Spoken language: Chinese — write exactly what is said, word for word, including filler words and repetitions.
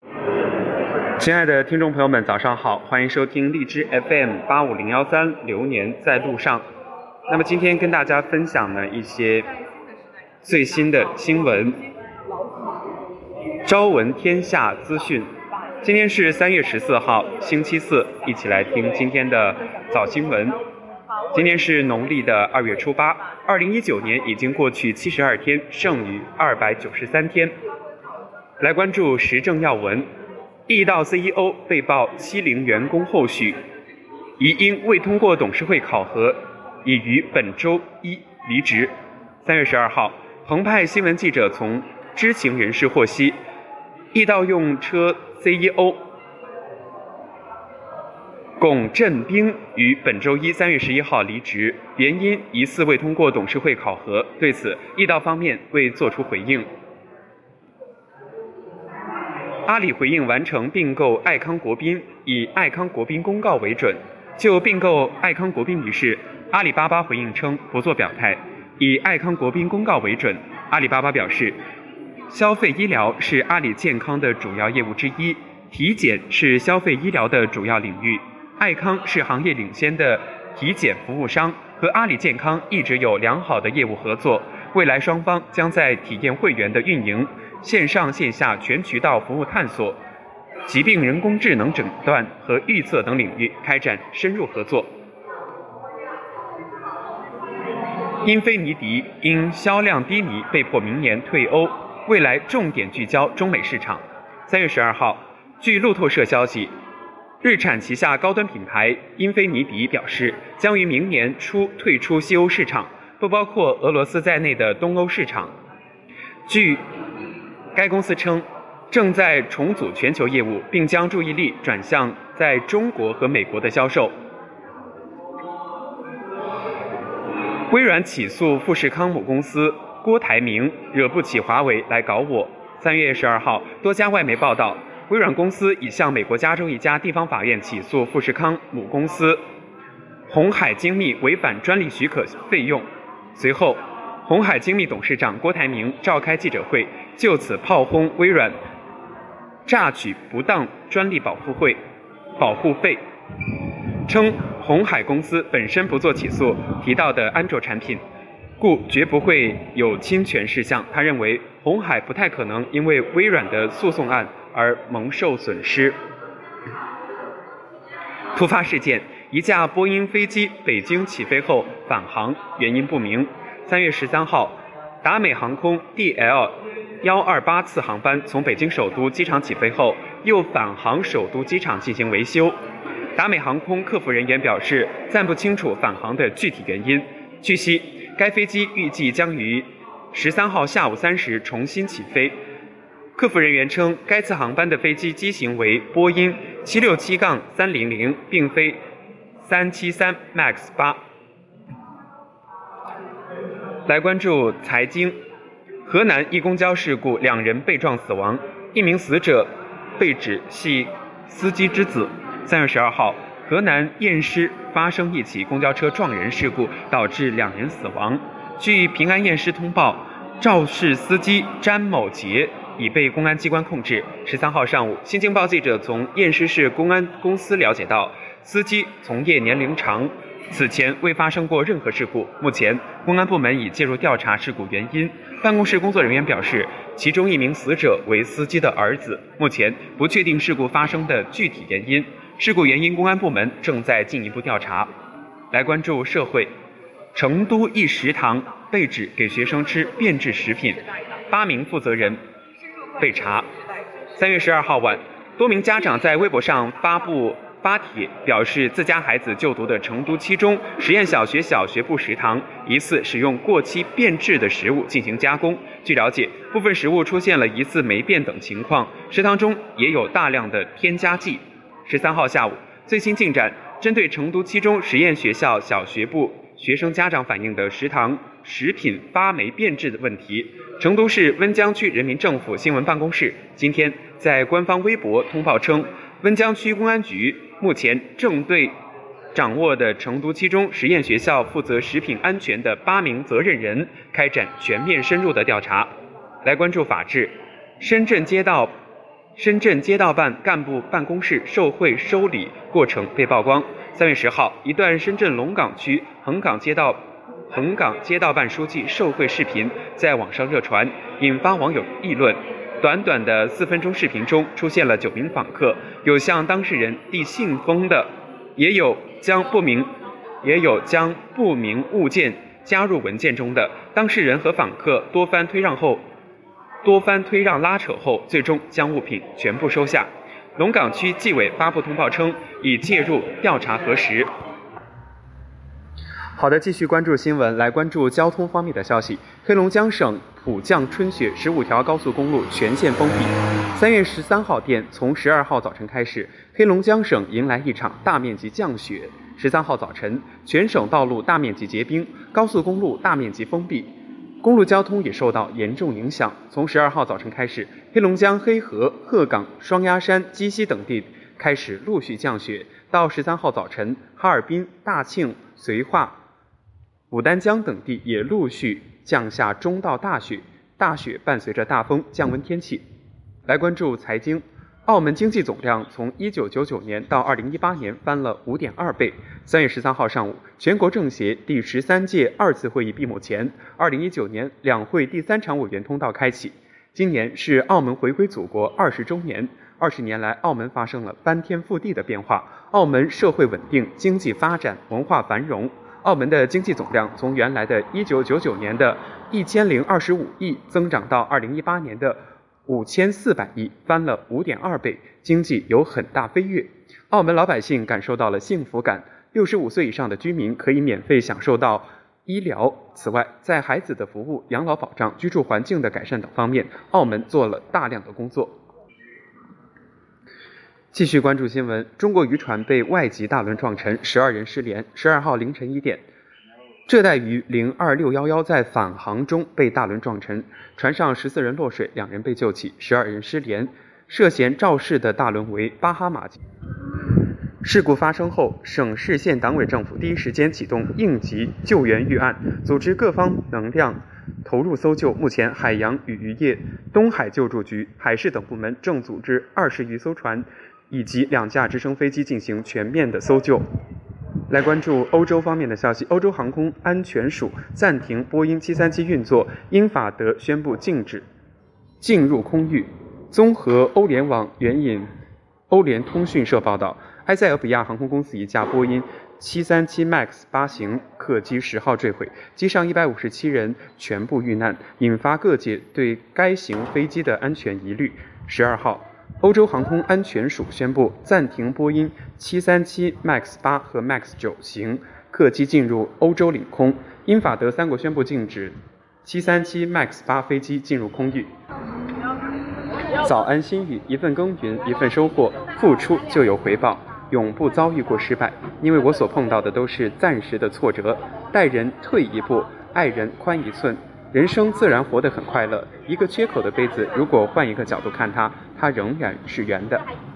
亲爱的听众朋友们，早上好，欢迎收听荔枝 F M 八五零幺三流年在路上。那么今天跟大家分享呢一些最新的新闻，朝闻天下资讯。今天是三月十四号，星期四，一起来听今天的早新闻。今天是农历的二月初八，二零一九年已经过去七十二天，剩余二百九十三天。来关注时政要闻。易到 C E O 被曝欺凌员工后续，疑因未通过董事会考核，已于本周一离职。三月十二号，澎湃新闻记者从知情人士获悉，易到用车 C E O 龚振兵于本周一三月十一号离职，原因疑似未通过董事会考核。对此，易到方面未作出回应。阿里回应完成并购爱康国宾，以爱康国宾公告为准。就并购爱康国宾一事，阿里巴巴回应称不做表态，以爱康国宾公告为准。阿里巴巴表示，消费医疗是阿里健康的主要业务之一，体检是消费医疗的主要领域。爱康是行业领先的体检服务商，和阿里健康一直有良好的业务合作。未来双方将在体验会员的运营、线上线下全渠道服务探索、疾病人工智能诊断和预测等领域开展深入合作。英菲尼迪因销量低迷被迫明年退欧，未来重点聚焦中美市场。三月十二号，据路透社消息，日产旗下高端品牌英菲尼迪表示，将于明年初退出西欧市场，不包括俄罗斯在内的东欧市场。据该公司称，正在重组全球业务，并将注意力转向在中国和美国的销售。微软起诉富士康母公司郭台铭，惹不起华为来搞我。三月十二号，多家外媒报道，微软公司已向美国加州一家地方法院起诉富士康母公司鸿海精密违反专利许可费用。随后，鸿海精密董事长郭台铭召开记者会，就此炮轰微软榨取不当专利保护会保护费，称鸿海公司本身不做起诉提到的安卓产品，故绝不会有侵权事项。他认为鸿海不太可能因为微软的诉讼案而蒙受损失。突发事件，一架波音飞机北京起飞后返航，原因不明。三月十三号，达美航空 D L 一二八次航班从北京首都机场起飞后，又返航首都机场进行维修。达美航空客服人员表示，暂不清楚返航的具体原因。据悉，该飞机预计将于十三号下午三时重新起飞。客服人员称，该次航班的飞机机型为波音七六七三零零，并非三七三 MAX 八。来关注财经。河南一公交事故，两人被撞死亡，一名死者被指系司机之子。三月十二号，河南偃师发生一起公交车撞人事故，导致两人死亡。据平安偃师通报，肇事司机詹某杰已被公安机关控制。十三号上午，新京报记者从偃师市公安公司了解到，司机从业年龄长，此前未发生过任何事故。目前，公安部门已介入调查事故原因。办公室工作人员表示，其中一名死者为司机的儿子，目前不确定事故发生的具体原因。事故原因，公安部门正在进一步调查。来关注社会。成都一食堂被指给学生吃变质食品，八名负责人被查。三月十二号晚，多名家长在微博上发布发帖，表示自家孩子就读的成都七中实验小学小学部食堂疑似使用过期变质的食物进行加工。据了解，部分食物出现了疑似霉变等情况，食堂中也有大量的添加剂。十三号下午，最新进展，针对成都七中实验学校小学部学生家长反映的食堂食品发霉变质的问题，成都市温江区人民政府新闻办公室今天在官方微博通报称，温江区公安局目前正对掌握的成都七中实验学校负责食品安全的八名责任人开展全面深入的调查。来关注法治。深圳街道深圳街道办干部办公室受贿收礼过程被曝光。三月十号，一段深圳龙岗区横岗街道横岗街道办书记受贿视频在网上热传，引发网友议论。短短的四分钟视频中，出现了九名访客，有向当事人递信封的，也有将不明也有将不明物件加入文件中的。当事人和访客多番推让后。多番推让拉扯后，最终将物品全部收下。龙岗区纪委发布通报称，已介入调查核实。好的，继续关注新闻，来关注交通方面的消息。黑龙江省普降春雪，十五条高速公路全线封闭。三月十三号电，从十二号早晨开始，黑龙江省迎来一场大面积降雪。十三号早晨，全省道路大面积结冰，高速公路大面积封闭。公路交通也受到严重影响。从十二号早晨开始，黑龙江黑河、鹤岗、双鸭山、鸡西等地开始陆续降雪。到十三号早晨，哈尔滨、大庆、绥化、牡丹江等地也陆续降下中到大雪。大雪伴随着大风，降温天气。来关注财经。澳门经济总量从一九九九年到二零一八年翻了 五点二倍。三月十三号上午，全国政协第十三届二次会议闭幕前，二零一九年两会第三场委员通道开启。今年是澳门回归祖国二十周年，二十年来，澳门发生了翻天覆地的变化。澳门社会稳定，经济发展，文化繁荣。澳门的经济总量从原来的一九九九年的一千零二十五亿增长到二零一八年的五千四百亿，翻了 五点二倍，经济有很大飞跃。澳门老百姓感受到了幸福感，六十五岁以上的居民可以免费享受到医疗。此外，在孩子的服务、养老保障、居住环境的改善等方面，澳门做了大量的工作。继续关注新闻，中国渔船被外籍大轮撞沉，十二人失联。十二号凌晨一点，浙带鱼零二六一一在返航中被大轮撞沉，船上十四人落水，两人被救起，十二人失联。涉嫌肇事的大轮为巴哈马籍。事故发生后，省市县党委政府第一时间启动应急救援预案，组织各方能量投入搜救。目前，海洋与渔业、东海救助局、海事等部门正组织二十余艘船以及两架直升飞机进行全面的搜救。来关注欧洲方面的消息，欧洲航空安全署暂停波音七三七运作，英法德宣布禁止进入空域。综合欧联网援引欧联通讯社报道，埃塞俄比亚航空公司一架波音七三七 MAX 八型客机十号坠毁，机上一百五十七人全部遇难，引发各界对该型飞机的安全疑虑。十二号，欧洲航空安全署宣布暂停波音七三七 MAX 八和 MAX 九型客机进入欧洲领空，英法德三国宣布禁止七三七 MAX 八飞机进入空域。早安心语，一份耕耘，一份收获，付出就有回报，永不遭遇过失败，因为我所碰到的都是暂时的挫折。待人退一步，爱人宽一寸，人生自然活得很快乐。一个缺口的杯子，如果换一个角度看它，它仍然是圆的。